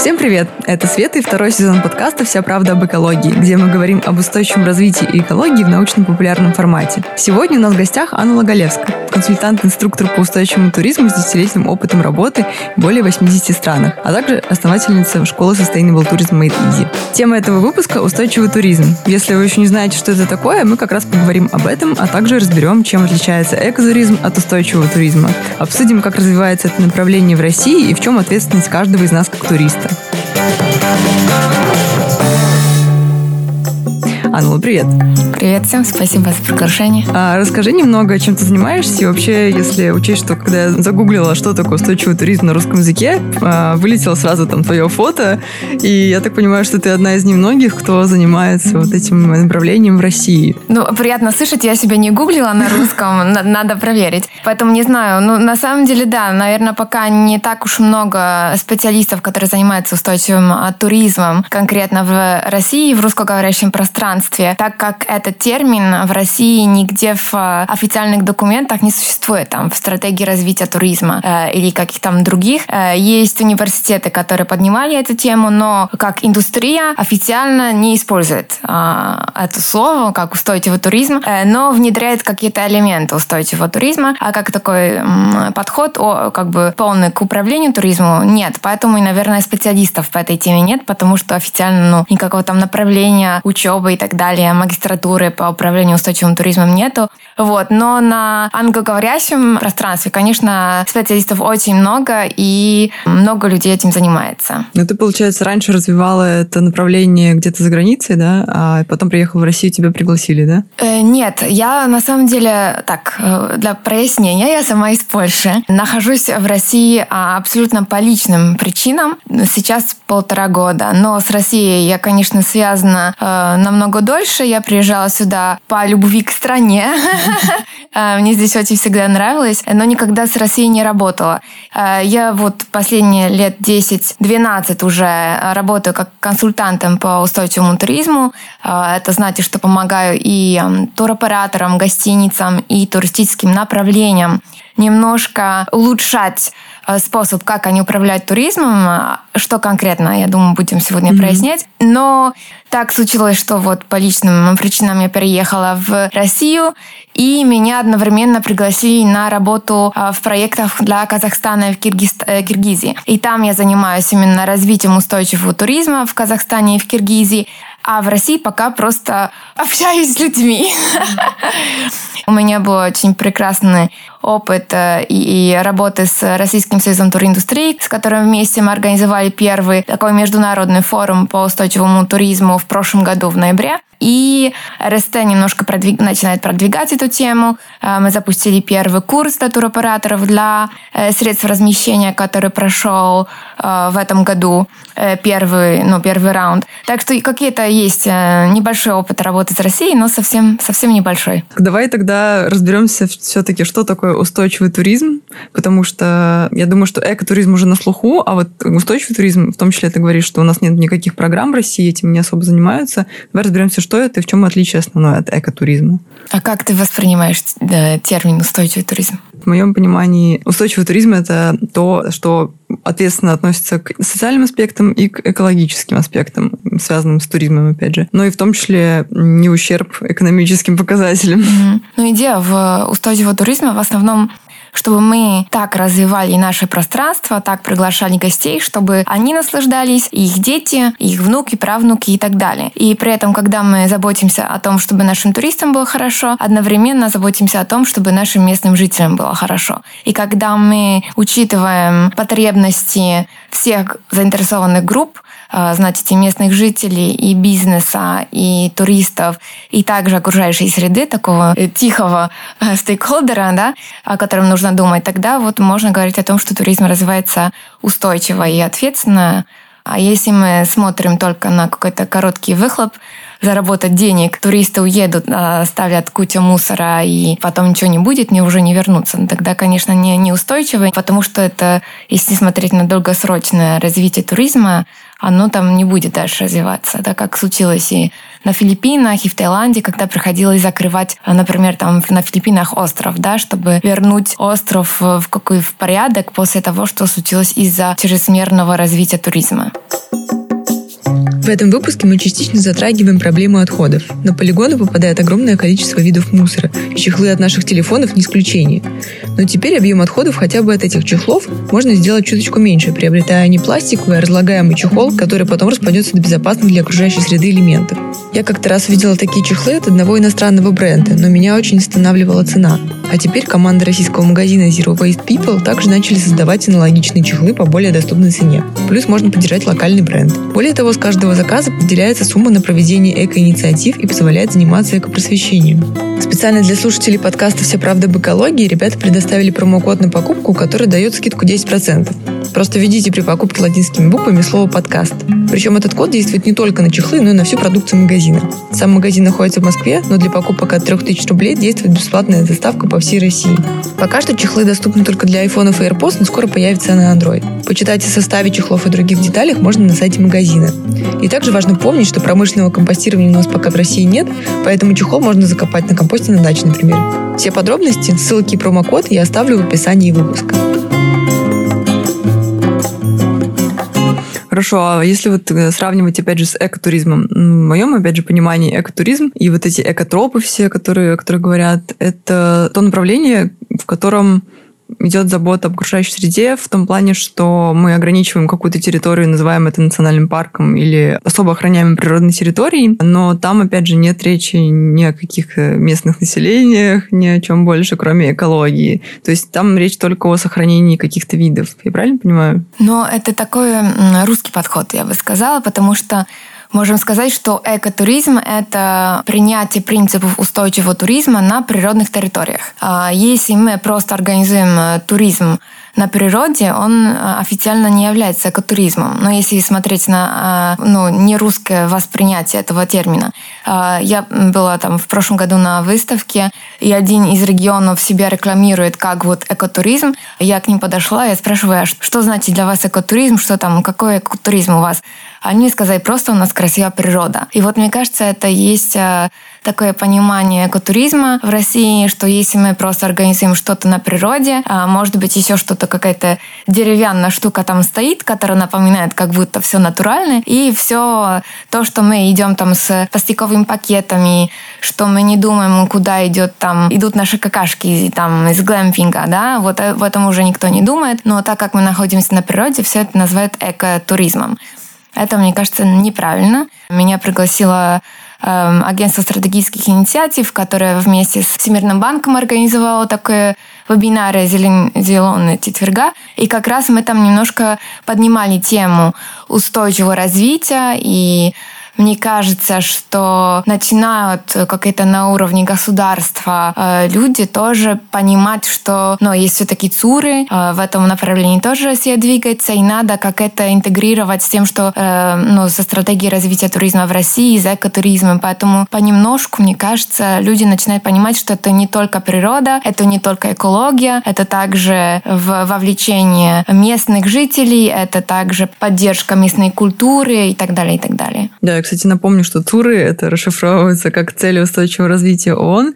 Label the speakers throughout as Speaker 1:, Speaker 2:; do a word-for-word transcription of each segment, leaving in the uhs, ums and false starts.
Speaker 1: Всем привет! Это Света и второй сезон подкаста «Вся правда об экологии», где мы говорим об устойчивом развитии и экологии в научно-популярном формате. Сегодня у нас в гостях Анна Лагалевская, консультант-инструктор по устойчивому туризму с десятилетним опытом работы в более восьмидесяти странах, а также основательница школы Sustainable Tourism Made Easy. Тема этого выпуска – устойчивый туризм. Если вы еще не знаете, что это такое, мы как раз поговорим об этом, а также разберем, чем отличается экотуризм от устойчивого туризма. Обсудим, как развивается это направление в России и в чем ответственность каждого из нас как туриста. Анна, привет.
Speaker 2: Привет всем, спасибо за приглашение.
Speaker 1: А, расскажи немного, чем ты занимаешься. И вообще, если учесть, что когда я загуглила, что такое устойчивый туризм на русском языке, а, вылетело сразу там твое фото. И я так понимаю, что ты одна из немногих, кто занимается вот этим направлением в России.
Speaker 2: Ну, приятно слышать, я себя не гуглила на русском, надо проверить. Поэтому не знаю. Ну, на самом деле, да, наверное, пока не так уж много специалистов, которые занимаются устойчивым туризмом, конкретно в России, в русскоговорящем пространстве, так как этот термин в России нигде в официальных документах не существует, там, в стратегии развития туризма э, или каких-то там других. Э, есть университеты, которые поднимали эту тему, но как индустрия официально не использует э, это слово, как устойчивый туризм, э, но внедряет какие-то элементы устойчивого туризма, а как такой э, подход о, как бы полный к управлению туризму нет. Поэтому, наверное, специалистов по этой теме нет, потому что официально ну, никакого там направления, учебы и так далее, магистратуры по управлению устойчивым туризмом нету. Вот. Но на англоговорящем пространстве, конечно, специалистов очень много, и много людей этим занимается.
Speaker 1: Ну, ты, получается, раньше развивала это направление где-то за границей, да? А потом приехала в Россию, тебя пригласили, да?
Speaker 2: Э, нет, я на самом деле, так, для прояснения, я сама из Польши. Нахожусь в России абсолютно по личным причинам. Сейчас полтора года. Но с Россией я, конечно, связана э, намного дольше. Я приезжала сюда по любви к стране. Мне здесь очень всегда нравилось, но никогда с Россией не работала. Я вот последние лет десять-двенадцать уже работаю как консультантом по устойчивому туризму. Это значит, что помогаю и туроператорам, гостиницам, и туристическим направлениям немножко улучшать способ, как они управляют туризмом, что конкретно, я думаю, будем сегодня mm-hmm. прояснять. Но так случилось, что вот по личным причинам я переехала в Россию, и меня одновременно пригласили на работу в проектах для Казахстана и в Киргиз... Киргизии. И там я занимаюсь именно развитием устойчивого туризма в Казахстане и в Киргизии. А в России пока просто общаюсь с людьми. У меня был очень прекрасный опыт и работы с Российским союзом туриндустрии, с которым вместе мы организовали первый такой международный форум по устойчивому туризму в прошлом году в ноябре. И эр эс тэ немножко продвиг... начинает продвигать эту тему. Мы запустили первый курс для туроператоров для средств размещения, который прошел в этом году, первый, ну, первый раунд. Так что какие-то есть небольшой опыт работы с Россией, но совсем, совсем небольшой.
Speaker 1: Давай тогда разберемся все-таки, что такое устойчивый туризм, потому что я думаю, что экотуризм уже на слуху, а вот устойчивый туризм, в том числе ты говоришь, что у нас нет никаких программ в России, этим не особо занимаются. Давай разберемся, что это и в чем отличие основное от экотуризма.
Speaker 2: А как ты воспринимаешь да, термин устойчивый туризм?
Speaker 1: В моем понимании устойчивый туризм – это то, что ответственно относится к социальным аспектам и к экологическим аспектам, связанным с туризмом, опять же. Но и в том числе не ущерб экономическим показателям.
Speaker 2: Mm-hmm. Ну, идея в устойчивого туризма в основном, чтобы мы так развивали наше пространство, так приглашали гостей, чтобы они наслаждались, и их дети, и их внуки, правнуки и так далее. И при этом, когда мы заботимся о том, чтобы нашим туристам было хорошо, одновременно заботимся о том, чтобы нашим местным жителям было хорошо. И когда мы учитываем потребности всех заинтересованных групп, значит, и местных жителей, и бизнеса, и туристов, и также окружающей среды, такого тихого стейкхолдера, да, о котором нужно думать, тогда вот можно говорить о том, что туризм развивается устойчиво и ответственно. А если мы смотрим только на какой-то короткий выхлоп, заработать денег, туристы уедут, оставят кучу мусора, и потом ничего не будет, мне уже не вернуться. Тогда, конечно, не, не устойчиво, потому что это, если смотреть на долгосрочное развитие туризма, оно там не будет дальше развиваться, так как случилось и на Филиппинах, и в Таиланде, когда приходилось закрывать, например, там на Филиппинах остров, да, чтобы вернуть остров в какой в порядок после того, что случилось из-за чрезмерного развития туризма.
Speaker 1: В этом выпуске мы частично затрагиваем проблему отходов. На полигоны попадает огромное количество видов мусора, и чехлы от наших телефонов не исключение. Но теперь объем отходов хотя бы от этих чехлов можно сделать чуточку меньше, приобретая не пластиковый, а разлагаемый чехол, который потом распадется до безопасных для окружающей среды элементов. Я как-то раз видела такие чехлы от одного иностранного бренда, но меня очень останавливала цена. А теперь команда российского магазина Zero Waste People также начали создавать аналогичные чехлы по более доступной цене. Плюс можно поддержать локальный бренд. Более того, с каждого заказа выделяется сумма на проведение эко-инициатив и позволяет заниматься экопросвещением. Специально для слушателей подкаста «Вся правда об экологии» ребята предоставили промокод на покупку, который дает скидку десять процентов. Просто введите при покупке латинскими буквами слово «подкаст». Причем этот код действует не только на чехлы, но и на всю продукцию магазина. Сам магазин находится в Москве, но для покупок от трех тысяч рублей действует бесплатная доставка по всей России. Пока что чехлы доступны только для айфонов и AirPods, но скоро появятся на Android. Почитать о составе чехлов и других деталях можно на сайте магазина. И также важно помнить, что промышленного компостирования у нас пока в России нет, поэтому чехол можно закопать на компосте на даче, например. Все подробности, ссылки и промокод я оставлю в описании выпуска. Хорошо, а если вот сравнивать, опять же, с экотуризмом, в моем, опять же, понимании экотуризм и вот эти экотропы все, которые, которые говорят, это то направление, в котором идет забота об окружающей среде в том плане, что мы ограничиваем какую-то территорию, называем это национальным парком или особо охраняемой природной территорией, но там, опять же, нет речи ни о каких местных населениях, ни о чем больше, кроме экологии. То есть там речь только о сохранении каких-то видов. Я правильно понимаю?
Speaker 2: Но это такой русский подход, я бы сказала, потому что можем сказать, что экотуризм – это принятие принципов устойчивого туризма на природных территориях. Если мы просто организуем туризм на природе, он официально не является экотуризмом. Но если смотреть на ну, нерусское воспринятие этого термина. Я была там в прошлом году на выставке, и один из регионов себя рекламирует как вот экотуризм. Я к ним подошла, я спрашиваю, что значит для вас экотуризм, что там, какой экотуризм у вас? Они сказали, просто у нас красивая природа. И вот мне кажется, это есть такое понимание экотуризма в России, что если мы просто организуем что-то на природе, может быть, еще что-то, какая-то деревянная штука там стоит, которая напоминает, как будто все натуральное, и все то, что мы идем там с пластиковыми пакетами, что мы не думаем, куда идет там, идут наши какашки там из глэмпинга, да, вот об этом уже никто не думает, но так как мы находимся на природе, все это называют экотуризмом. Это, мне кажется, неправильно. Меня пригласило э, агентство стратегических инициатив, которое вместе с Всемирным банком организовало такое вебинар «Зеленые четверга». И как раз мы там немножко поднимали тему устойчивого развития, и мне кажется, что начинают как-то на уровне государства э, люди тоже понимать, что ну, есть все-таки ЦУРы, э, в этом направлении тоже Россия двигается, и надо как-то интегрировать с тем, что э, ну, со стратегией развития туризма в России, за экотуризмом. Поэтому понемножку, мне кажется, люди начинают понимать, что это не только природа, это не только экология, это также вовлечение местных жителей, это также поддержка местной культуры и так далее, и так далее.
Speaker 1: Да, кстати, напомню, что ЦУРы это расшифровывается как цели устойчивого развития ООН,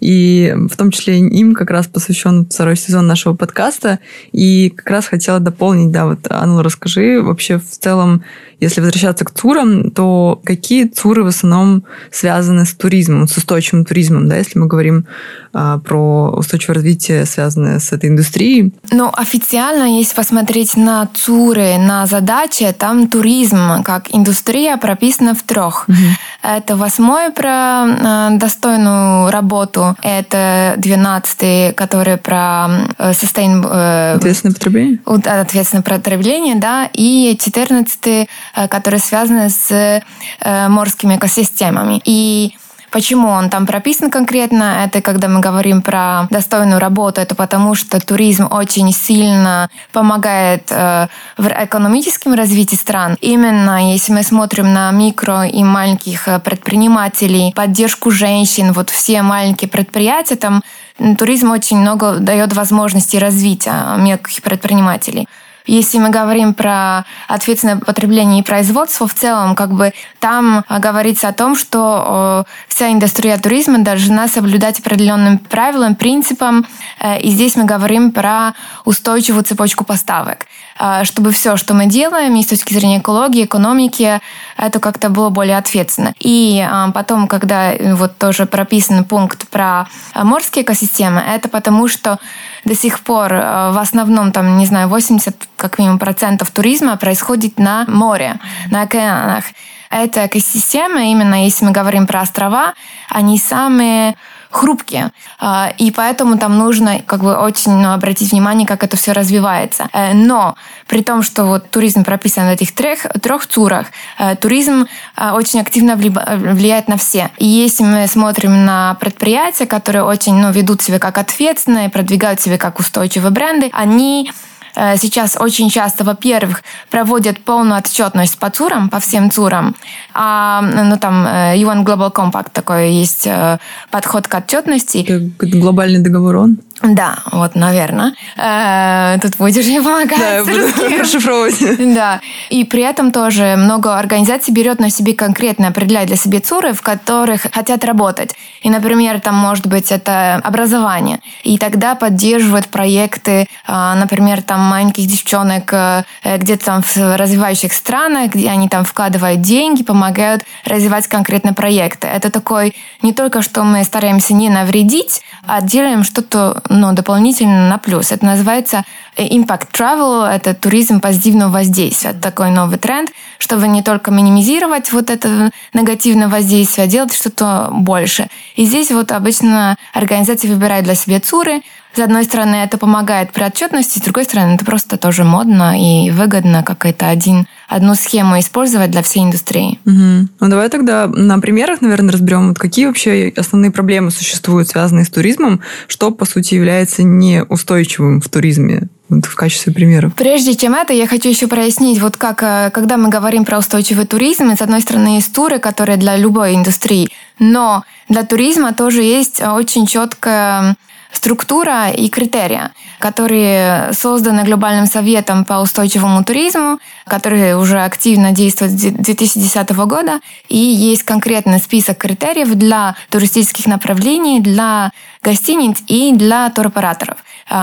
Speaker 1: и в том числе им как раз посвящен второй сезон нашего подкаста. И как раз хотела дополнить, да, вот, Анна, расскажи вообще в целом, если возвращаться к ЦУРам, то какие ЦУРы в основном связаны с туризмом, с устойчивым туризмом, да, если мы говорим а, про устойчивое развитие, связанное с этой индустрией?
Speaker 2: Ну, официально, если посмотреть на ЦУРы, на задачи, там туризм как индустрия прописана в трех. Угу. Это восьмой про э, достойную работу, это двенадцатый, который про э, sustain, э,
Speaker 1: ответственное потребление.
Speaker 2: Ответственное потребление, да, и четырнадцатый, э, который связан с э, морскими экосистемами. И почему он там прописан конкретно? Это когда мы говорим про достойную работу, это потому что туризм очень сильно помогает э, в экономическом развитии стран. Именно если мы смотрим на микро и маленьких предпринимателей, поддержку женщин, вот все маленькие предприятия, там туризм очень много дает возможностей развития мелких предпринимателей. Если мы говорим про ответственное потребление и производство, в целом, как бы там говорится о том, что вся индустрия туризма должна соблюдать определенным правилам, принципам. И здесь мы говорим про устойчивую цепочку поставок. Чтобы все, что мы делаем, и с точки зрения экологии, экономики, это как-то было более ответственно. И потом, когда вот тоже прописан пункт про морские экосистемы, это потому, что до сих пор в основном, там, не знаю, восемьдесят как минимум процентов туризма происходит на море, на океанах. Эта экосистема, именно если мы говорим про острова, они самые хрупкие. И поэтому там нужно как бы очень ну, обратить внимание, как это все развивается. Но при том, что вот туризм прописан в этих трех, трех турах, туризм очень активно влияет на все. И если мы смотрим на предприятия, которые очень ну, ведут себя как ответственные, продвигают себя как устойчивые бренды, они сейчас очень часто, во-первых, проводят полную отчетность по турам, по всем турам. А, ну, там ю эн Global Compact такой есть подход к отчетности.
Speaker 1: Это глобальный договор ООН?
Speaker 2: Да, вот, наверное. Э, тут будешь мне помогать.
Speaker 1: Да, я буду расшифровывать.
Speaker 2: Да. И при этом тоже много организаций берет на себе конкретно, определяет для себя туры, в которых хотят работать. И, например, там может быть это образование. И тогда поддерживают проекты, например, там маленьких девчонок где-то там в развивающих странах, где они там вкладывают деньги, помогают развивать конкретные проекты. Это такой не только, что мы стараемся не навредить, а делаем что-то но дополнительно на плюс. Это называется impact travel, это туризм позитивного воздействия. Это такой новый тренд, чтобы не только минимизировать вот это негативное воздействие, а делать что-то больше. И здесь вот обычно организации выбирают для себя туры. С одной стороны, это помогает при отчетности, с другой стороны, это просто тоже модно и выгодно какой-то один, одну схему использовать для всей индустрии.
Speaker 1: Угу. Ну, давай тогда на примерах, наверное, разберем, вот какие вообще основные проблемы существуют, связанные с туризмом, что, по сути, является неустойчивым в туризме. Вот в качестве примеров.
Speaker 2: Прежде чем это, я хочу еще прояснить, вот как, когда мы говорим про устойчивый туризм, с одной стороны, есть туры, которые для любой индустрии, но для туризма тоже есть очень четкая структура и критерии, которые созданы Глобальным советом по устойчивому туризму, который уже активно действует с две тысячи десятого года, и есть конкретный список критериев для туристических направлений, для гостиниц и для туроператоров.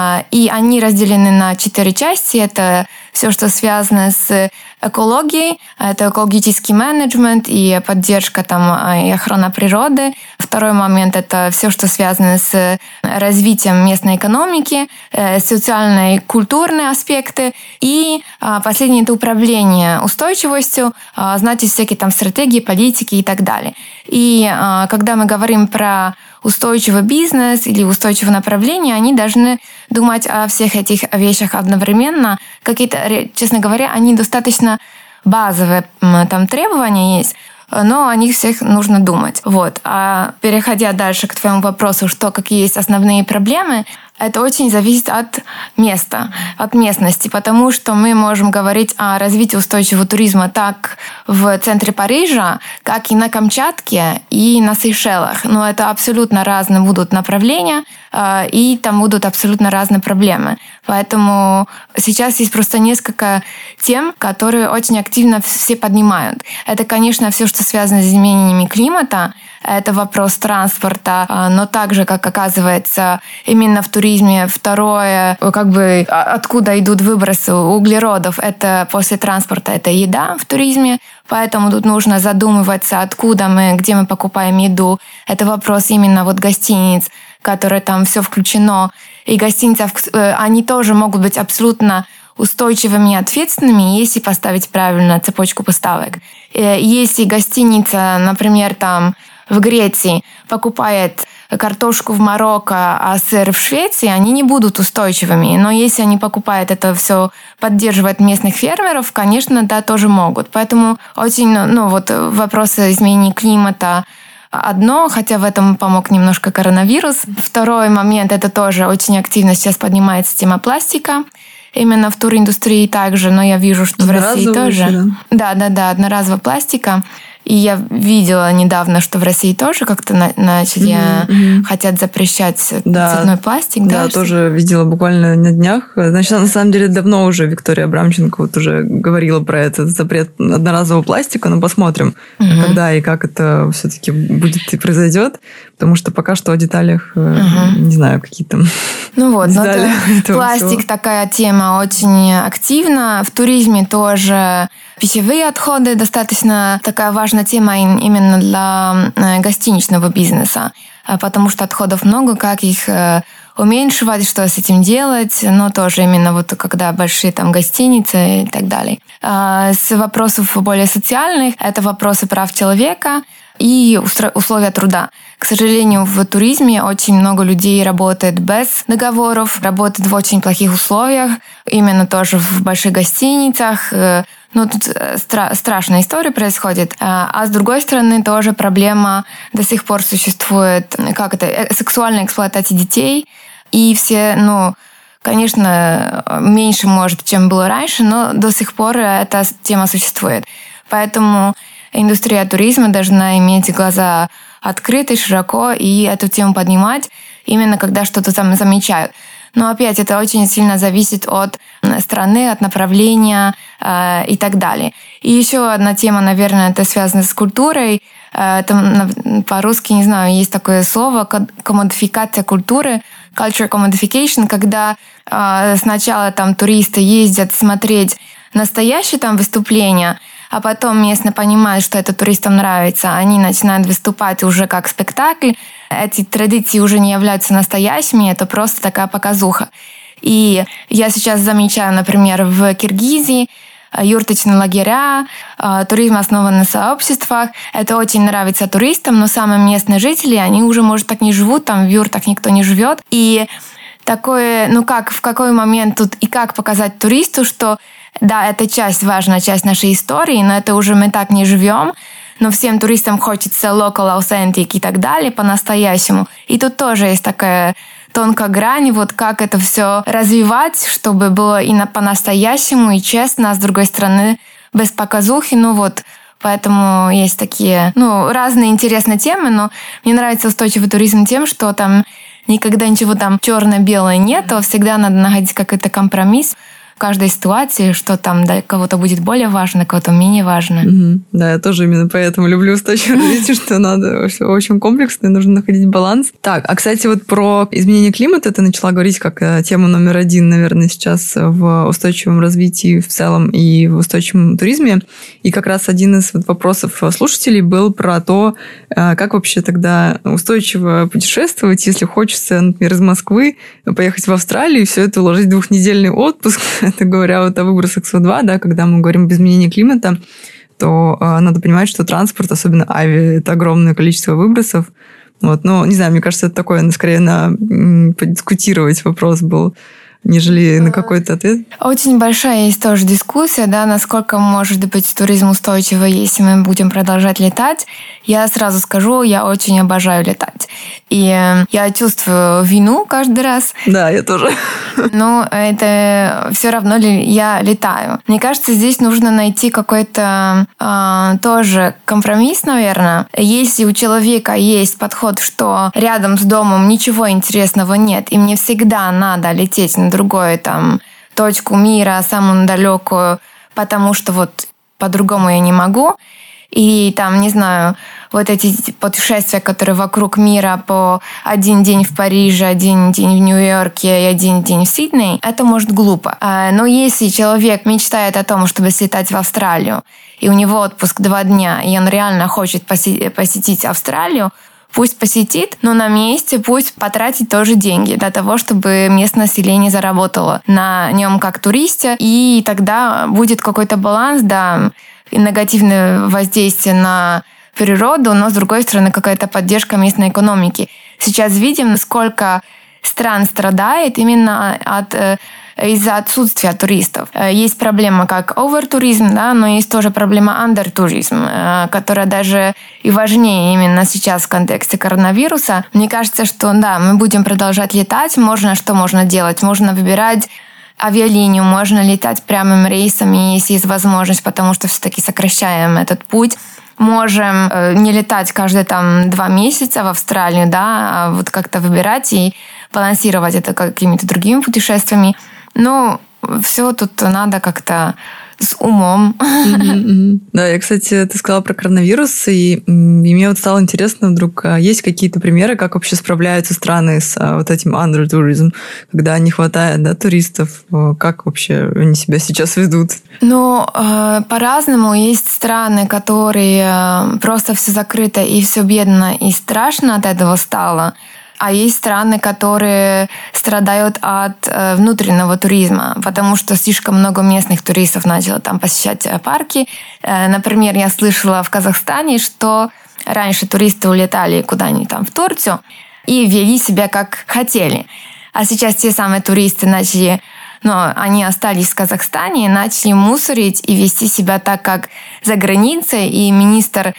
Speaker 2: И они разделены на четыре части. Это все, что связано с экологией, это экологический менеджмент и поддержка там, и охрана природы. Второй момент – это все, что связано с развитием местной экономики, социальные и культурные аспекты. И последнее – это управление устойчивостью, значит, всякие там стратегии, политики и так далее. И когда мы говорим про устойчивый бизнес или устойчивое направление, они должны думать о всех этих вещах одновременно. Какие-то, честно говоря, они достаточно базовые там требования есть, но о них всех нужно думать. Вот. А переходя дальше к твоему вопросу, что какие есть основные проблемы, это очень зависит от места, от местности, потому что мы можем говорить о развитии устойчивого туризма так в центре Парижа, как и на Камчатке и на Сейшелах. Но это абсолютно разные будут направления, и там будут абсолютно разные проблемы. Поэтому сейчас есть просто несколько тем, которые очень активно все поднимают. Это, конечно, все, что связано с изменениями климата, это вопрос транспорта, но также, как оказывается, именно в туризме второе, как бы откуда идут выбросы углеродов, это после транспорта, это еда в туризме, поэтому тут нужно задумываться, откуда мы, где мы покупаем еду. Это вопрос именно вот гостиниц, которые там все включено, и гостиницы, они тоже могут быть абсолютно устойчивыми и ответственными, если поставить правильно цепочку поставок. Если гостиница, например, там в Греции покупает картошку в Марокко, а сыр в Швеции, они не будут устойчивыми. Но если они покупают это все, поддерживают местных фермеров, конечно, да, тоже могут. Поэтому очень, ну, вот вопросы изменения климата одно, хотя в этом помог немножко коронавирус. Второй момент, это тоже очень активно сейчас поднимается тема пластика. Именно в туриндустрии также, но я вижу, что в России тоже. Да, да, да, одноразовая пластика. И я видела недавно, что в России тоже как-то на- начали, mm-hmm. хотят запрещать да. цветной пластик.
Speaker 1: Да, да тоже видела буквально на днях. Значит, на самом деле давно уже Виктория Абрамченко вот уже говорила про этот запрет одноразового пластика, но посмотрим, mm-hmm. когда и как это все-таки будет и произойдет, потому что пока что о деталях, mm-hmm. не знаю, какие там
Speaker 2: ну вот, детали это пластик всего. Такая тема очень активна. В туризме тоже пищевые отходы достаточно такая важная тема именно для гостиничного бизнеса, потому что отходов много, как их уменьшивать, что с этим делать, но тоже именно вот когда большие там гостиницы и так далее. С вопросов более социальных, это вопросы прав человека и условия труда. К сожалению, в туризме очень много людей работает без договоров, работает в очень плохих условиях, именно тоже в больших гостиницах. Ну, тут стра- страшная история происходит. А с другой стороны, тоже проблема до сих пор существует, как это, сексуальная эксплуатация детей. И все, ну, конечно, меньше, может, чем было раньше, но до сих пор эта тема существует. Поэтому индустрия туризма должна иметь глаза открыты широко и эту тему поднимать, именно когда что-то там замечают. Но опять это очень сильно зависит от страны, от направления э, и так далее. И еще одна тема, наверное, это связано с культурой. Э, там, по-русски, не знаю, есть такое слово комодификация культуры, culture commodification, когда э, сначала там туристы ездят смотреть настоящие там выступления, а потом местно понимают, что это туристам нравится, они начинают выступать уже как спектакль. Эти традиции уже не являются настоящими, это просто такая показуха. И я сейчас замечаю, например, в Киргизии юрточные лагеря, туризм основан на сообществах. Это очень нравится туристам, но сами местные жители, они уже, может, так не живут, там в юртах никто не живет. И такое, ну как, в какой момент тут и как показать туристу, что да, это часть, важная часть нашей истории, но это уже мы так не живем. Но всем туристам хочется local authentic и так далее по-настоящему. И тут тоже есть такая тонкая грань, вот как это все развивать, чтобы было и на по-настоящему, и честно, а с другой стороны без показухи. Ну вот, поэтому есть такие, ну, разные интересные темы, но мне нравится устойчивый туризм тем, что там никогда ничего там черно-белое нет, а всегда надо находить какой-то компромисс в каждой ситуации, что там для кого-то будет более важно, кого-то менее важно.
Speaker 1: Mm-hmm. Да, я тоже именно поэтому люблю устойчивое развитие, что надо все очень комплексно, и нужно находить баланс. Так, а, кстати, вот про изменение климата ты начала говорить как тему номер один, наверное, сейчас в устойчивом развитии в целом и в устойчивом туризме. И как раз один из вот вопросов слушателей был про то, как вообще тогда устойчиво путешествовать, если хочется, например, из Москвы поехать в Австралию и все это уложить в двухнедельный отпуск. Это говоря вот о выбросах эс о два, да, когда мы говорим об изменении климата, то э, надо понимать, что транспорт, особенно авиа, это огромное количество выбросов. Вот, но, не знаю, мне кажется, это такое, ну, скорее, на м, подискутировать вопрос был, нежели на какой-то ответ.
Speaker 2: Очень большая есть тоже дискуссия, да, насколько может быть туризм устойчивый, если мы будем продолжать летать. Я сразу скажу, я очень обожаю летать. И я чувствую вину каждый раз.
Speaker 1: Да, я тоже.
Speaker 2: Но это все равно ли я летаю. Мне кажется, здесь нужно найти какой-то э, тоже компромисс, наверное. Если у человека есть подход, что рядом с домом ничего интересного нет, и мне всегда надо лететь на другую там точку мира, самую далекую, потому что вот по-другому я не могу. И там, не знаю, вот эти путешествия, которые вокруг мира по один день в Париже, один день в Нью-Йорке и один день в Сиднее, это может глупо. Но если человек мечтает о том, чтобы слетать в Австралию, и у него отпуск два дня, и он реально хочет посетить Австралию, пусть посетит, но на месте пусть потратит тоже деньги для того, чтобы местное население заработало на нем как туристе, и тогда будет какой-то баланс, да, негативное воздействие на природу, но, с другой стороны, какая-то поддержка местной экономики. Сейчас видим, сколько стран страдает именно от, из-за отсутствия туристов. Есть проблема как овертуризм, да, но есть тоже проблема андертуризм, которая даже и важнее именно сейчас в контексте коронавируса. Мне кажется, что да, мы будем продолжать летать. Можно, что можно делать? Можно выбирать авиалинию, можно летать прямым рейсом, если есть возможность, потому что все-таки сокращаем этот путь. можем не летать каждые там два месяца в Австралию, да, а вот как-то выбирать и балансировать это какими-то другими путешествиями. Но все тут надо как-то с умом.
Speaker 1: Mm-hmm, mm-hmm. Да, я, кстати, ты сказала про коронавирус, и, и мне вот стало интересно вдруг, а есть какие-то примеры, как вообще справляются страны с а, вот этим андертуризмом, когда не хватает, да, туристов, как вообще они себя сейчас ведут?
Speaker 2: Ну, э, по-разному. Есть страны, которые просто все закрыто и все бедно и страшно от этого стало. А есть страны, которые страдают от э, внутреннего туризма, потому что слишком много местных туристов начало там посещать парки. Э, например, я слышала в Казахстане, что раньше туристы улетали куда-нибудь там в Турцию и вели себя как хотели. А сейчас те самые туристы начали, но они остались в Казахстане и начали мусорить и вести себя так, как за границей. И министр,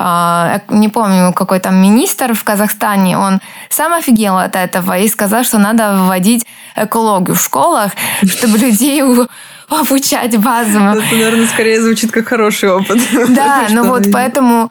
Speaker 2: не помню, какой там министр в Казахстане, он сам офигел от этого и сказал, что надо вводить экологию в школах, чтобы людей обучать базово.
Speaker 1: Это, наверное, скорее звучит как хороший опыт.
Speaker 2: Да, ну вот поэтому...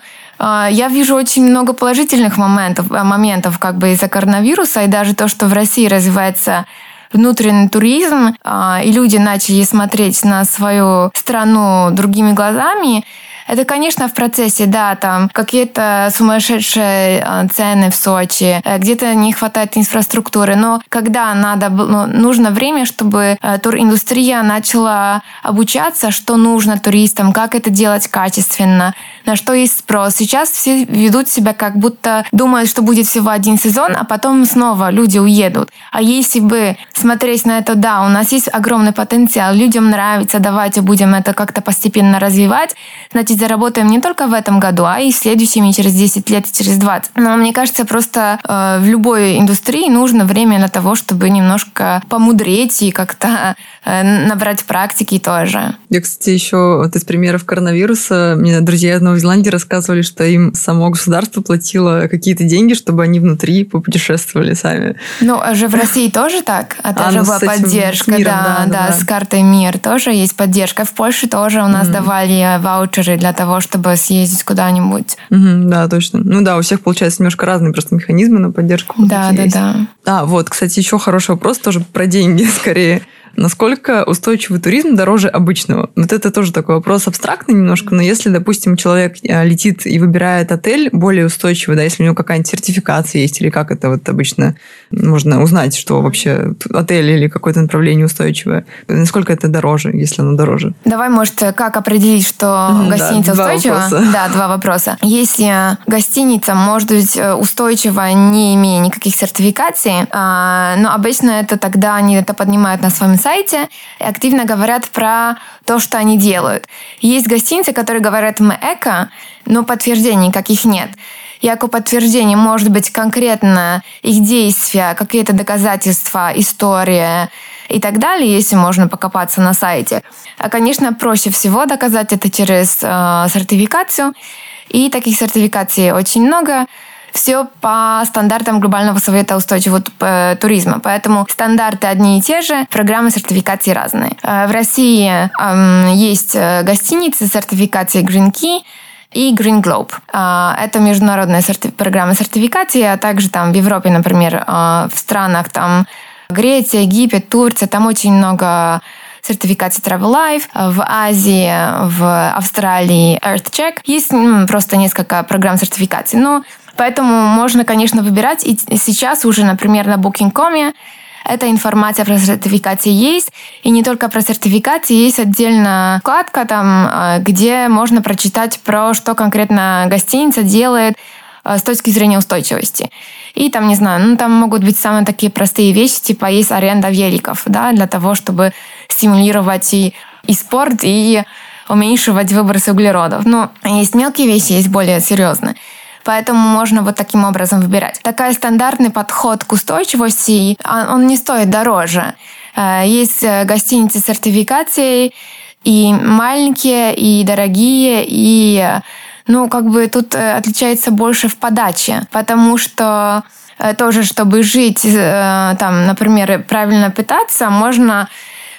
Speaker 2: Я вижу очень много положительных моментов, моментов как бы из-за коронавируса, и даже то, что в России развивается внутренний туризм, и люди начали смотреть на свою страну другими глазами. Это, конечно, в процессе, да, там какие-то сумасшедшие цены в Сочи, где-то не хватает инфраструктуры, но когда надо, ну, нужно время, чтобы туриндустрия начала обучаться, что нужно туристам, как это делать качественно, на что есть спрос. Сейчас все ведут себя как будто думают, что будет всего один сезон, а потом снова люди уедут. А если бы смотреть на это, да, у нас есть огромный потенциал, людям нравится, давайте будем это как-то постепенно развивать, значит, заработаем не только в этом году, а и следующими через десять лет, через двадцать. Но мне кажется, просто э, в любой индустрии нужно время для того, чтобы немножко помудреть и как-то э, набрать практики тоже.
Speaker 1: Я, кстати, еще вот из примеров коронавируса, мне друзья из Новой Зеландии рассказывали, что им само государство платило какие-то деньги, чтобы они внутри попутешествовали сами.
Speaker 2: Ну, а же в России тоже так? Это а, же ну, была поддержка,
Speaker 1: миром,
Speaker 2: да,
Speaker 1: да, да,
Speaker 2: да, с картой МИР тоже есть поддержка. В Польше тоже у нас mm-hmm. давали ваучеры для того, чтобы съездить куда-нибудь.
Speaker 1: Угу, да, точно. Ну да, у всех, получается, немножко разные просто механизмы на поддержку.
Speaker 2: Да, да,
Speaker 1: есть.
Speaker 2: да.
Speaker 1: А, вот, кстати, еще хороший вопрос тоже про деньги скорее. Насколько устойчивый туризм дороже обычного? Вот это тоже такой вопрос абстрактный немножко, но если, допустим, человек летит и выбирает отель более устойчивый, да, если у него какая-нибудь сертификация есть, или как это вот обычно можно узнать, что вообще отель или какое-то направление устойчивое, насколько это дороже, если оно дороже?
Speaker 2: Давай, может, как определить, что mm, гостиница
Speaker 1: да,
Speaker 2: устойчива?
Speaker 1: Два
Speaker 2: да, два вопроса. Если гостиница может быть устойчива, не имея никаких сертификаций, но обычно это тогда они это поднимают на своем сайте и активно говорят про то, что они делают. Есть гостиницы, которые говорят «мы эко», но подтверждений никаких нет. Яко подтверждение может быть конкретно их действия, какие-то доказательства, история и так далее, если можно покопаться на сайте. А, конечно, проще всего доказать это через э, сертификацию, и таких сертификаций очень много. Все по стандартам Глобального совета устойчивого туризма. Поэтому стандарты одни и те же, программы сертификации разные. В России э, есть гостиницы с сертификацией Green Key и Green Globe. Это международная серти- программа сертификации, а также там в Европе, например, в странах там Греция, Египет, Турция, там очень много сертификации Travel Life, в Азии, в Австралии EarthCheck. Есть ну, просто несколько программ сертификации. Но поэтому можно, конечно, выбирать. И сейчас уже, например, на букинг точка ком эта информация про сертификации есть. И не только про сертификации, есть отдельная вкладка, там, где можно прочитать про что конкретно гостиница делает с точки зрения устойчивости. И там, не знаю, ну там могут быть самые такие простые вещи, типа есть аренда великов, да, для того, чтобы стимулировать и, и спорт, и уменьшивать выбросы углеродов. Но есть мелкие вещи, есть более серьезные. Поэтому можно вот таким образом выбирать. Такой стандартный подход к устойчивости, он не стоит дороже. Есть гостиницы с сертификацией, и маленькие, и дорогие, и ну, как бы тут отличается больше в подаче, потому что тоже, чтобы жить, там, например, правильно питаться, можно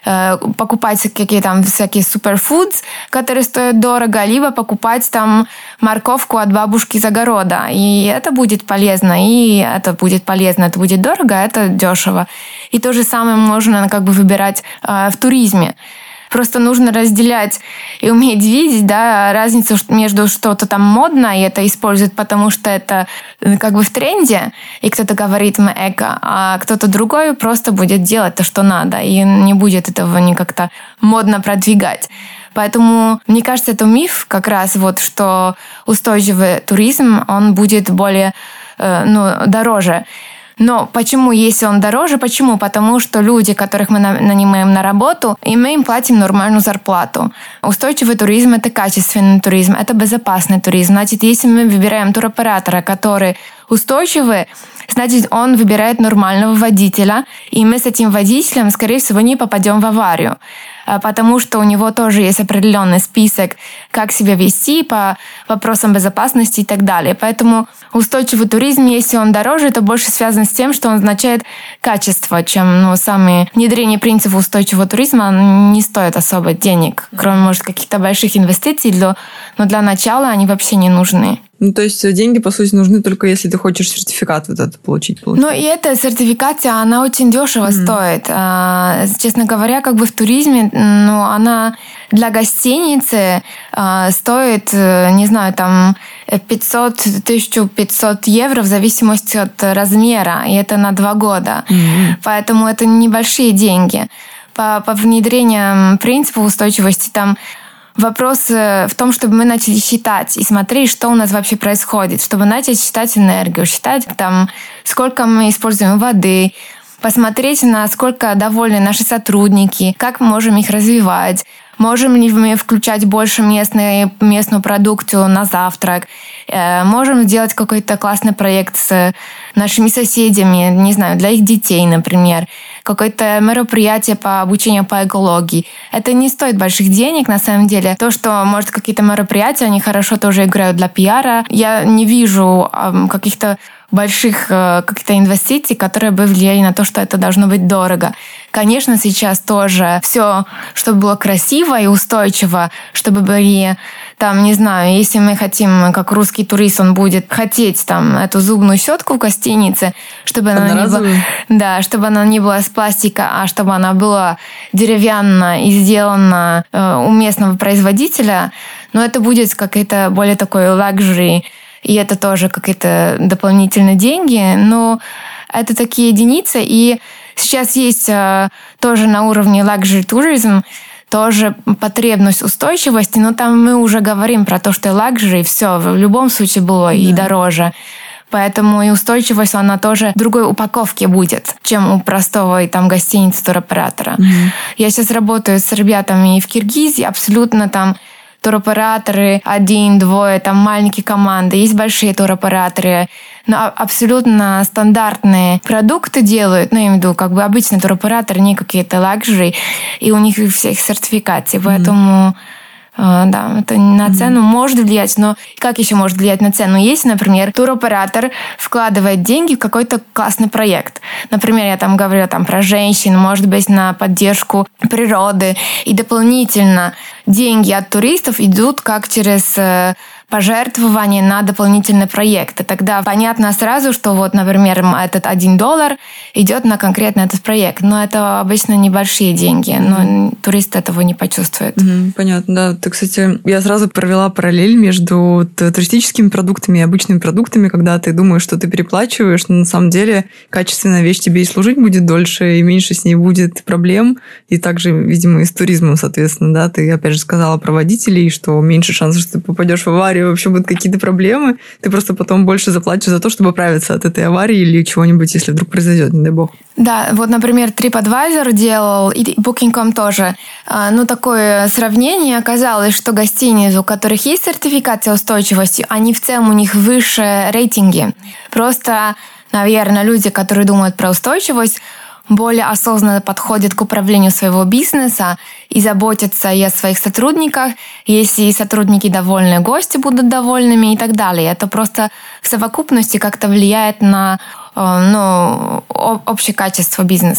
Speaker 2: э, покупать какие там всякие суперфудс, которые стоят дорого, либо покупать там морковку от бабушки из огорода. И это будет полезно, и это будет полезно, это будет дорого, а это дешево. И то же самое можно как бы выбирать э, в туризме. Просто нужно разделять и уметь видеть, да, разницу между что-то там модно, и это используют, потому что это как бы в тренде, и кто-то говорит «мы эко», а кто-то другой просто будет делать то, что надо, и не будет этого не как-то модно продвигать. Поэтому, мне кажется, это миф как раз, вот, что устойчивый туризм, он будет более, э, ну, дороже. Но почему, если он дороже? Почему? Потому что люди, которых мы нанимаем на работу, и мы им платим нормальную зарплату. Устойчивый туризм – это качественный туризм, это безопасный туризм. Значит, если мы выбираем туроператора, который устойчивый, значит, он выбирает нормального водителя, и мы с этим водителем, скорее всего, не попадем в аварию, потому что у него тоже есть определенный список, как себя вести по вопросам безопасности и так далее. Поэтому устойчивый туризм, если он дороже, это больше связано с тем, что он означает качество, чем ну, сами внедрение принципа устойчивого туризма не стоит особо денег, кроме, может, каких-то больших инвестиций, но для начала они вообще не нужны.
Speaker 1: Ну, то есть деньги, по сути, нужны только если ты хочешь сертификат вот этот получить. получить.
Speaker 2: Ну, и эта сертификация, она очень дешево mm-hmm. стоит. А, честно говоря, как бы в туризме, ну, она для гостиницы а, стоит, не знаю, там пятьсот - тысяча пятьсот евро в зависимости от размера, и это на два года. Mm-hmm. Поэтому это небольшие деньги. По, по внедрению принципа устойчивости там вопрос в том, чтобы мы начали считать и смотреть, что у нас вообще происходит, чтобы начать считать энергию, считать, там, сколько мы используем воды, посмотреть, насколько довольны наши сотрудники, как мы можем их развивать, можем ли мы включать больше местной, местную продукцию на завтрак, можем сделать какой-то классный проект с нашими соседями, не знаю, для их детей, например, какое-то мероприятие по обучению по экологии. Это не стоит больших денег, на самом деле. То, что, может, какие-то мероприятия, они хорошо тоже играют для пиара. Я не вижу каких-то больших каких-то инвестиций, которые бы влияли на то, что это должно быть дорого. Конечно, сейчас тоже все, чтобы было красиво и устойчиво, чтобы были там, не знаю, если мы хотим, как русский турист, он будет хотеть там эту зубную щетку в гостинице, чтобы она не была, да, чтобы она не была с пластика, а чтобы она была деревянная и сделана э, у местного производителя, но это будет какой-то более такой лакжери, и это тоже какие-то дополнительные деньги, но это такие единицы, и сейчас есть э, тоже на уровне luxury tourism тоже потребность устойчивости, но там мы уже говорим про то, что luxury все в любом случае было да. и дороже. Поэтому и устойчивость, она тоже в другой упаковке будет, чем у простого и там гостиницы туроператора. Mm-hmm. Я сейчас работаю с ребятами в Киргизии, абсолютно там туроператоры один, двое, там маленькие команды, есть большие туроператоры, но абсолютно стандартные продукты делают, ну, я имею в виду, как бы обычный туроператор, не какие-то лакжери, и у них всех сертификации, поэтому... Mm-hmm. Да, это на цену mm-hmm. может влиять, но как еще может влиять на цену? Если, например, туроператор вкладывает деньги в какой-то классный проект. Например, я там говорю там, про женщин, может быть, на поддержку природы. И дополнительно деньги от туристов идут как через пожертвования на дополнительные проекты. Тогда понятно сразу, что вот, например, этот один доллар идет на конкретно этот проект. Но это обычно небольшие деньги, но mm-hmm. турист этого не почувствует.
Speaker 1: Mm-hmm, понятно, да. Ты, кстати, я сразу провела параллель между туристическими продуктами и обычными продуктами, когда ты думаешь, что ты переплачиваешь, но на самом деле качественная вещь тебе и служить будет дольше, и меньше с ней будет проблем. И также, видимо, и с туризмом, соответственно, да. Ты, опять же, сказала про водителей, что меньше шансов, что ты попадешь в аварию, вообще будут какие-то проблемы, ты просто потом больше заплатишь за то, чтобы оправиться от этой аварии или чего-нибудь, если вдруг произойдет, не дай бог.
Speaker 2: Да, вот, например, TripAdvisor делал, и букинг точка ком тоже. Ну, такое сравнение. Оказалось, что гостиницы, у которых есть сертификация устойчивости, они в целом у них выше рейтинги. Просто, наверное, люди, которые думают про устойчивость, более осознанно подходят к управлению своего бизнеса и заботятся и о своих сотрудниках. Если сотрудники довольны, гости будут довольными и так далее. Это просто в совокупности как-то влияет на ну, общее качество бизнеса.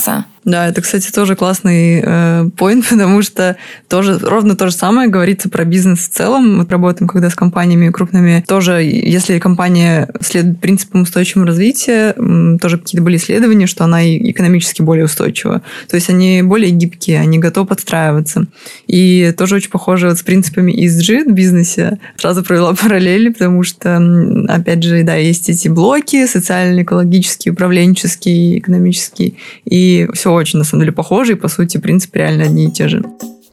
Speaker 1: Да, это, кстати, тоже классный поинт, э, потому что тоже ровно то же самое говорится про бизнес в целом. Мы работаем, когда с компаниями крупными. Тоже, если компания следует принципам устойчивого развития, тоже какие-то были исследования, что она и экономически более устойчива. То есть они более гибкие, они готовы подстраиваться. И тоже очень похоже вот с принципами и эс джи в бизнесе. Сразу провела параллели, потому что, опять же, да, есть эти блоки социально-экологические, управленческие, экономические. И все очень, на самом деле, похоже, и, по сути, принципы реально одни и те же.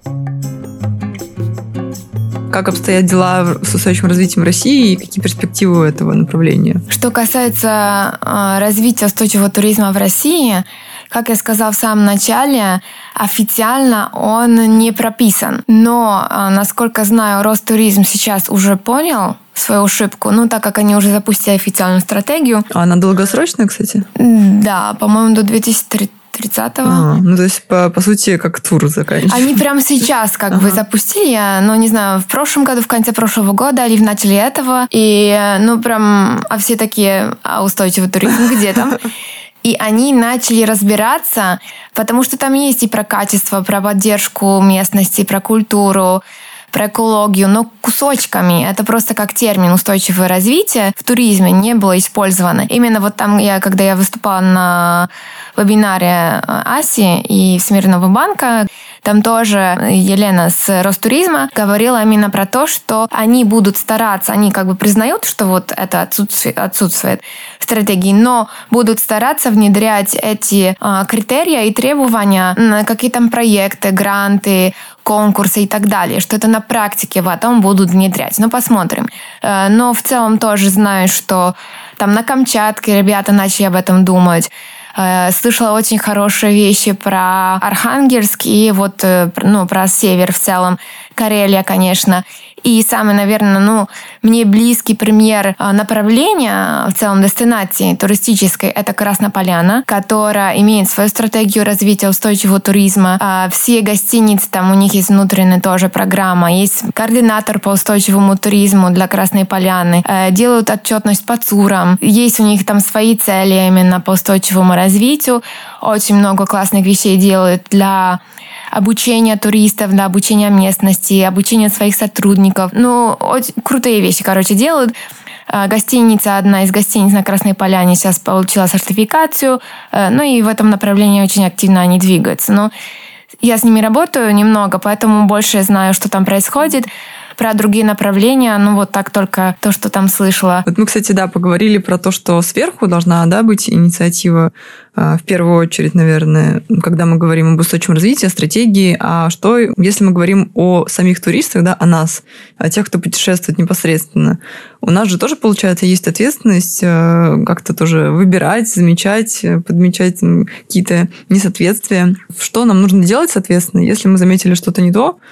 Speaker 1: Как обстоят дела с устойчивым развитием России и какие перспективы у этого направления?
Speaker 2: Что касается э, развития устойчивого туризма в России, как я сказала в самом начале, официально он не прописан. Но, э, насколько знаю, Ростуризм сейчас уже понял свою ошибку, ну, так как они уже запустили официальную стратегию.
Speaker 1: А она долгосрочная, кстати?
Speaker 2: Да, по-моему, до две тысячи тридцатого.
Speaker 1: А, ну, то есть, по, по сути, как тур заканчивается.
Speaker 2: Они прямо сейчас как ага. бы запустили, ну, не знаю, в прошлом году, в конце прошлого года или в начале этого. И, ну, прям, а все такие, а устойчивый туризм где там? И они начали разбираться, потому что там есть и про качество, про поддержку местности, про культуру, про экологию, но кусочками. Это просто как термин устойчивое развитие в туризме не было использовано. Именно вот там, я, когда я выступала на вебинаре Аси и Всемирного банка, там тоже Елена с Ростуризма говорила именно про то, что они будут стараться, они как бы признают, что вот это отсутствует, отсутствует в стратегии, но будут стараться внедрять эти э, критерии и требования на какие-то проекты, гранты, конкурсы и так далее, что это на практике потом будут внедрять. Ну, посмотрим. Э, но в целом тоже знаю, что там на Камчатке ребята начали об этом думать. Слышала очень хорошие вещи про Архангельск и вот, ну, про север в целом, Карелия, конечно. И самый, наверное, ну, мне близкий пример направления в целом дестинации туристической — это Краснополяна, которая имеет свою стратегию развития устойчивого туризма. Все гостиницы, там у них есть внутренняя тоже программа, есть координатор по устойчивому туризму для Красной Поляны, делают отчетность по ЦУРам, есть у них там свои цели именно по устойчивому развитию, очень много классных вещей делают для обучение туристов, для обучения местности, обучение своих сотрудников. Ну, очень крутые вещи, короче, делают. Гостиница, одна из гостиниц на Красной Поляне сейчас получила сертификацию. Ну и в этом направлении очень активно они двигаются. Но я с ними работаю немного, поэтому больше знаю, что там происходит. Про другие направления, ну вот так только то, что там слышала.
Speaker 1: Вот мы, кстати, да, поговорили про то, что сверху должна, да, быть инициатива, в первую очередь, наверное, когда мы говорим об устойчивом развитии, о стратегии. А что, если мы говорим о самих туристах, да, о нас, о тех, кто путешествует непосредственно? У нас же тоже, получается, есть ответственность как-то тоже выбирать, замечать, подмечать какие-то несоответствия. Что нам нужно делать, соответственно, если мы заметили что-то не то,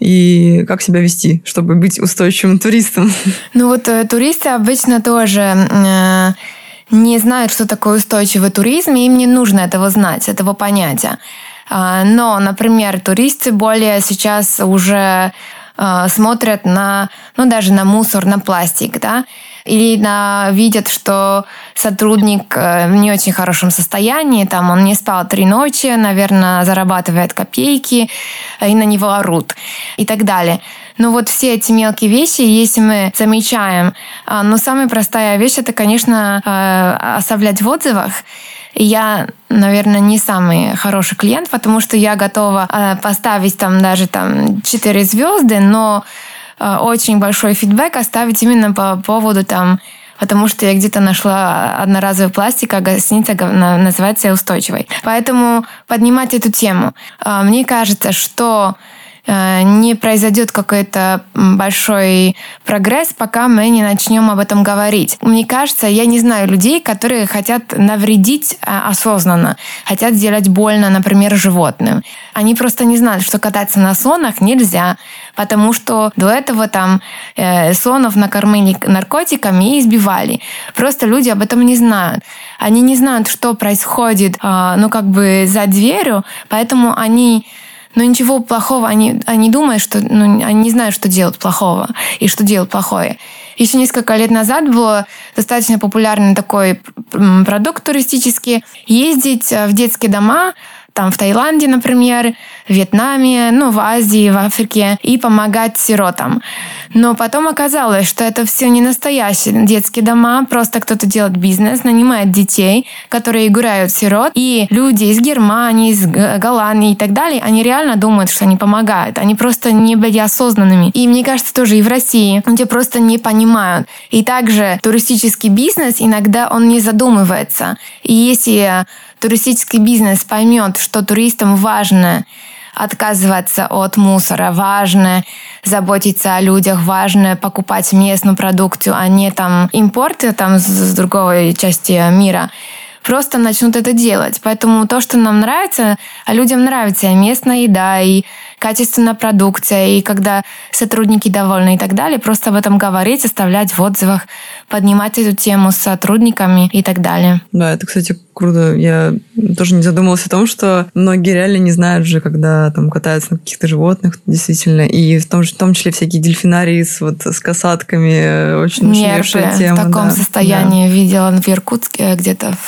Speaker 1: и как себя вести, чтобы быть устойчивым туристом?
Speaker 2: Ну вот э, туристы обычно тоже э, не знают, что такое устойчивый туризм, и им не нужно этого знать, этого понятия. Э, но, например, туристы более сейчас уже э, смотрят на, ну даже на мусор, на пластик, да, или на, видят, что сотрудник в не очень хорошем состоянии, там он не спал три ночи, наверное, зарабатывает копейки, и на него орут, и так далее. Но вот все эти мелкие вещи, если мы замечаем, но самая простая вещь — это, конечно, оставлять в отзывах. Я, наверное, не самый хороший клиент, потому что я готова поставить там даже там четыре звезды, но очень большой фидбэк оставить именно по поводу там, потому что я где-то нашла одноразовый пластик, а гостиница называется устойчивой. Поэтому поднимать эту тему. Мне кажется, что не произойдет какой-то большой прогресс, пока мы не начнем об этом говорить. Мне кажется, я не знаю людей, которые хотят навредить осознанно, хотят сделать больно, например, животным. Они просто не знают, что кататься на слонах нельзя, потому что до этого там э, слонов накормили наркотиками и избивали. Просто люди об этом не знают. Они не знают, что происходит, э, ну как бы за дверью, поэтому они Но ничего плохого, они, они думают, что ну, они не знают, что делать плохого и что делать плохое. Еще несколько лет назад был достаточно популярный такой продукт туристический. Ездить в детские дома, там в Таиланде, например, в Вьетнаме, ну, в Азии, в Африке, и помогать сиротам. Но потом оказалось, что это все не настоящие детские дома, просто кто-то делает бизнес, нанимает детей, которые играют сирот, и люди из Германии, из Голландии и так далее, они реально думают, что они помогают. Они просто не были осознанными. И мне кажется, тоже и в России люди просто не понимают. И также туристический бизнес иногда он не задумывается. И если туристический бизнес поймет, что туристам важно отказываться от мусора, важно заботиться о людях, важно покупать местную продукцию, а не там импорты там, с другой части мира, просто начнут это делать. Поэтому то, что нам нравится, а людям нравится и местная еда, и качественная продукция, и когда сотрудники довольны и так далее, просто об этом говорить, оставлять в отзывах, поднимать эту тему с сотрудниками и так далее.
Speaker 1: Да, это, кстати, круто. Я тоже не задумывалась о том, что многие реально не знают же, когда там катаются на каких-то животных, действительно, и в том, в том числе всякие дельфинарии с, вот, с касатками, очень нашумевшая тема.
Speaker 2: В таком
Speaker 1: да,
Speaker 2: состоянии
Speaker 1: да.
Speaker 2: видела в Иркутске, где-то в,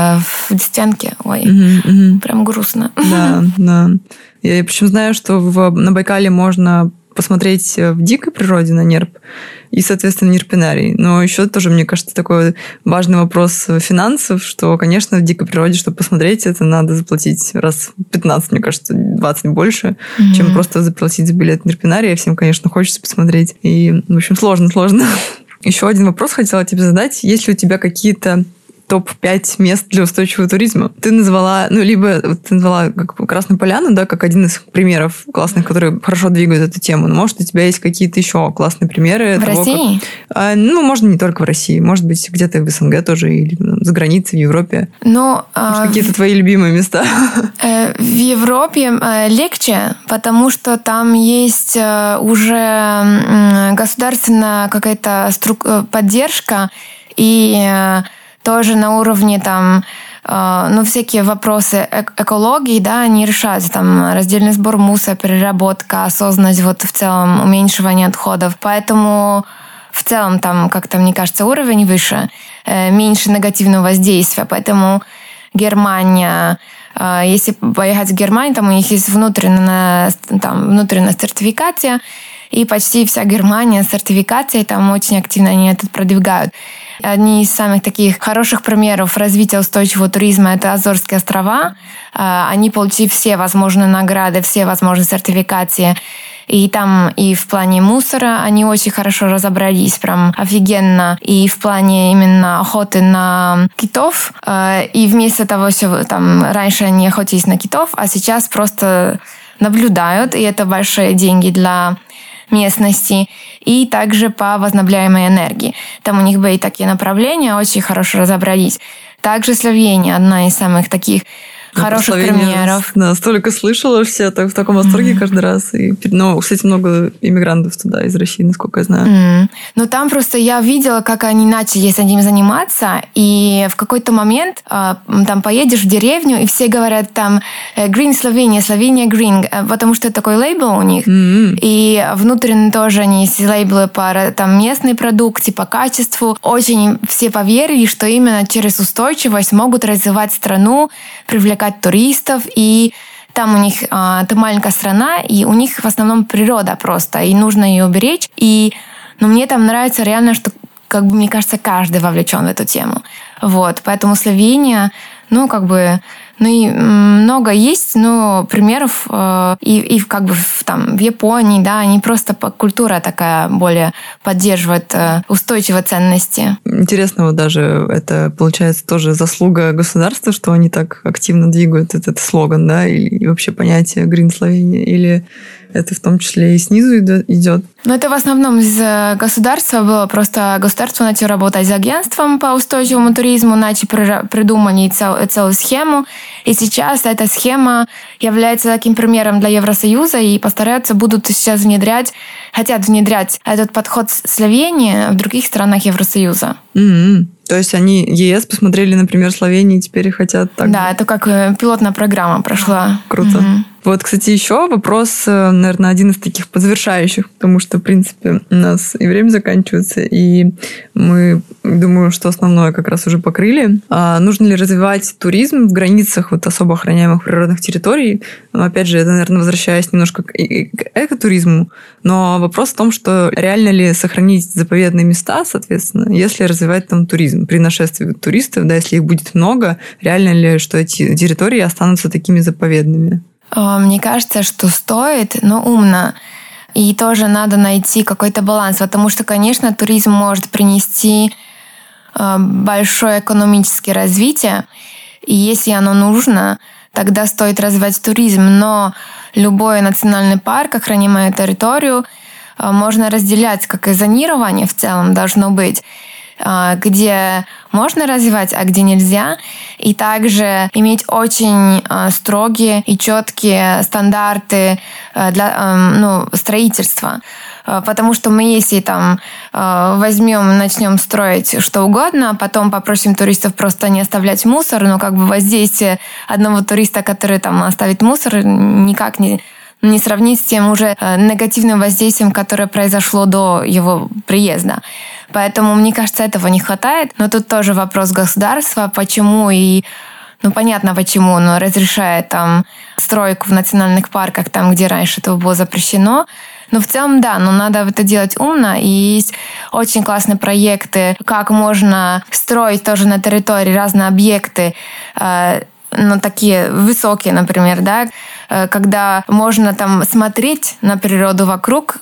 Speaker 2: в Десятянке. Ой,
Speaker 1: угу, угу.
Speaker 2: Прям грустно.
Speaker 1: Да, да. Я причем знаю, что в, на Байкале можно посмотреть в дикой природе на нерп и, соответственно, нерпинарий. Но еще тоже, мне кажется, такой важный вопрос финансов, что, конечно, в дикой природе, чтобы посмотреть это, надо заплатить раз пятнадцать, мне кажется, двадцать больше, mm-hmm. чем просто заплатить за билет в нерпинарий. Всем, конечно, хочется посмотреть. И, в общем, сложно, сложно. Еще один вопрос хотела тебе задать. Есть ли у тебя какие-то топ пять мест для устойчивого туризма? Ты назвала, ну, либо ты назвала как Красную Поляну, да, как один из примеров классных, которые хорошо двигают эту тему. Но, может, у тебя есть какие-то еще классные примеры?
Speaker 2: В
Speaker 1: того,
Speaker 2: России?
Speaker 1: Как, а, ну, можно не только в России. Может быть, где-то в СНГ тоже, или ну, за границей, в Европе.
Speaker 2: Ну,
Speaker 1: может,
Speaker 2: э,
Speaker 1: какие-то твои любимые места?
Speaker 2: Э, в Европе э, легче, потому что там есть э, уже э, государственная какая-то струк- поддержка, и э, тоже на уровне там, э, ну, всякие вопросы эк- экологии, да, они решаются, там, раздельный сбор мусора, переработка, осознанность, вот, в целом, уменьшивание отходов. Поэтому в целом там, как-то, мне кажется, уровень выше, э, меньше негативного воздействия. Поэтому Германия, э, если поехать в Германию, там у них есть внутренняя, там, внутренняя сертификация, и почти вся Германия с сертификацией, там очень активно они это продвигают. Одни из самых таких хороших примеров развития устойчивого туризма – это Азорские острова. Они получили все возможные награды, все возможные сертификации. И там и в плане мусора они очень хорошо разобрались, прям офигенно. И в плане именно охоты на китов. И вместо того, что там раньше они охотились на китов, а сейчас просто наблюдают. И это большие деньги для местности, и также по возобновляемой энергии. Там у них были такие направления, очень хорошо разобрались. Также Словения, одна из самых таких
Speaker 1: Я
Speaker 2: хороших примеров.
Speaker 1: Да, столько слышала, все так, в таком восторге mm-hmm. каждый раз. И, ну, кстати, много иммигрантов туда из России, насколько я знаю.
Speaker 2: Mm-hmm. Ну, там просто я видела, как они начали с этим заниматься, и в какой-то момент э, там поедешь в деревню, и все говорят там Green Slovenia, Slovenia Green, потому что это такой лейбл у них. Mm-hmm. И внутренне тоже они есть лейблы по там, местной продукции, по качеству. Очень все поверили, что именно через устойчивость могут развивать страну, привлекать туристов, и там у них а, это маленькая страна, и у них в основном природа просто, и нужно ее уберечь. И, ну, мне там нравится реально, что, как бы, мне кажется, каждый вовлечен в эту тему. Вот, поэтому Словения, ну, как бы, ну, и много есть, но примеров, э, и, и как бы в, там, в Японии, да, они просто, культура такая более поддерживает э, устойчивые ценности.
Speaker 1: Интересно, вот даже это, получается, тоже заслуга государства, что они так активно двигают этот слоган, да, или и вообще понятие Green Slovenia, или это в том числе и снизу идет?
Speaker 2: Ну, это в основном из государства было. Просто государство начало работать с агентством по устойчивому туризму, начали придумать цел, целую схему. И сейчас эта схема является таким примером для Евросоюза, и постараются, будут сейчас внедрять, хотят внедрять этот подход Словении в других странах Евросоюза.
Speaker 1: Mm-hmm. То есть они ЕС посмотрели, например, Словении, и теперь хотят так.
Speaker 2: Да, это как пилотная программа прошла.
Speaker 1: Круто.
Speaker 2: Mm-hmm.
Speaker 1: Вот, кстати, еще вопрос, наверное, один из таких подзавершающих, потому что, в принципе, у нас и время заканчивается, и мы, думаю, что основное как раз уже покрыли. А нужно ли развивать туризм в границах вот особо охраняемых природных территорий? Ну, опять же, это, наверное, возвращаясь немножко к, и, к экотуризму, но вопрос в том, что реально ли сохранить заповедные места, соответственно, если развивать там туризм. При нашествии туристов, да, если их будет много, реально ли, что эти территории останутся такими заповедными?
Speaker 2: Мне кажется, что стоит, но умно. И тоже надо найти какой-то баланс, потому что, конечно, туризм может принести большое экономическое развитие, и если оно нужно, тогда стоит развивать туризм. Но любой национальный парк, охраняемую территорию, можно разделять, как и зонирование в целом должно быть, где можно развивать, а где нельзя. И также иметь очень строгие и четкие стандарты для ну, строительства. Потому что мы, если там возьмем, начнем строить что угодно, а потом попросим туристов просто не оставлять мусор, но как бы воздействие одного туриста, который там оставит мусор, никак не не сравнить с тем уже негативным воздействием, которое произошло до его приезда. Поэтому, мне кажется, этого не хватает. Но тут тоже вопрос государства, почему и... Ну, понятно, почему, но разрешает там стройку в национальных парках, там, где раньше это было запрещено. Но в целом, да, но надо это делать умно. И есть очень классные проекты, как можно строить тоже на территории разные объекты, ну, такие высокие, например, да, когда можно там смотреть на природу вокруг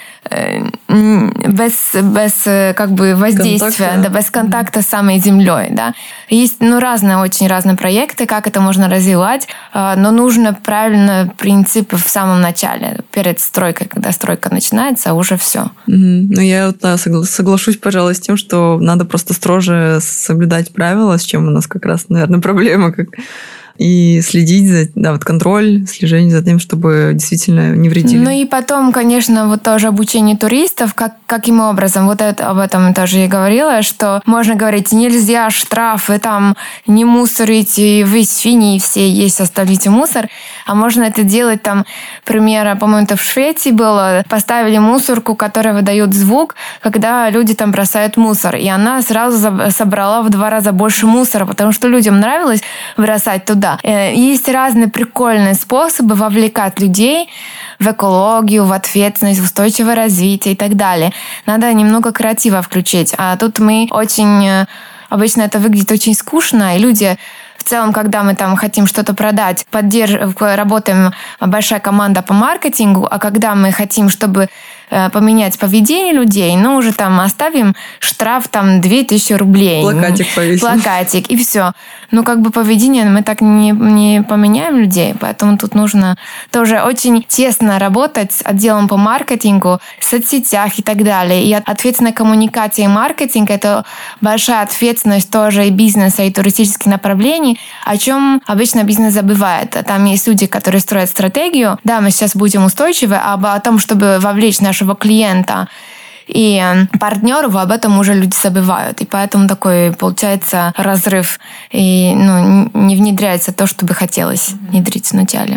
Speaker 2: без, без как бы воздействия, контакта. Да, без контакта с самой землей, да. Есть, ну, разные, очень разные проекты, как это можно развивать, но нужно правильно принципы в самом начале, перед стройкой, когда стройка начинается, уже все.
Speaker 1: Mm-hmm. Ну, я вот, да, согла- соглашусь, пожалуй, с тем, что надо просто строже соблюдать правила, с чем у нас как раз, наверное, проблема, как и следить за, да, вот контроль, слежение за тем, чтобы действительно не вредили.
Speaker 2: Ну и потом, конечно, вот тоже обучение туристов, как, каким образом, вот это, об этом тоже я говорила, что можно говорить, нельзя штрафы, там, не мусорить, и вы свиньи все есть, оставите мусор, а можно это делать, там, пример, по-моему, это в Швеции было, поставили мусорку, которая выдает звук, когда люди там бросают мусор, и она сразу собрала в два раза больше мусора, потому что людям нравилось бросать туда. Есть разные прикольные способы вовлекать людей в экологию, в ответственность, в устойчивое развитие и так далее. Надо немного креатива включить. А тут мы очень... Обычно это выглядит очень скучно, и люди... В целом, когда мы там хотим что-то продать, поддерж... работаем большая команда по маркетингу, а когда мы хотим, чтобы поменять поведение людей, ну, уже там оставим штраф там две тысячи рублей.
Speaker 1: Плакатик повесим.
Speaker 2: Плакатик, и все. Ну, как бы поведение мы так не, не поменяем людей, поэтому тут нужно тоже очень тесно работать с отделом по маркетингу, в соцсетях и так далее. И ответственная коммуникация и маркетинг — это большая ответственность тоже и бизнеса, и туристических направлений, о чем обычно бизнес забывает. Там есть люди, которые строят стратегию. Да, мы сейчас будем устойчивы, а о том, чтобы вовлечь нашего клиента и партнеров, об этом уже люди забывают. И поэтому такой получается разрыв. И ну, не внедряется то, что бы хотелось внедрить вначале.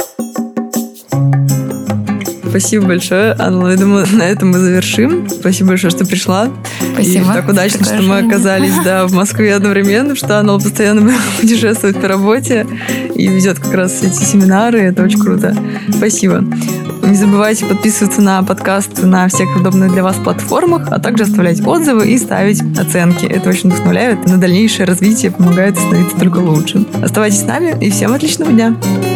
Speaker 1: Спасибо большое, Анна. Я думаю, на этом мы завершим. Спасибо большое, что пришла.
Speaker 2: Спасибо.
Speaker 1: И так удачно, что мы оказались да, в Москве одновременно, что Анна постоянно путешествует по работе и ведет как раз эти семинары. Это очень круто. Спасибо. Не забывайте подписываться на подкаст на всех удобных для вас платформах, а также оставлять отзывы и ставить оценки. Это очень вдохновляет и на дальнейшее развитие помогает становиться только лучше. Оставайтесь с нами и всем отличного дня!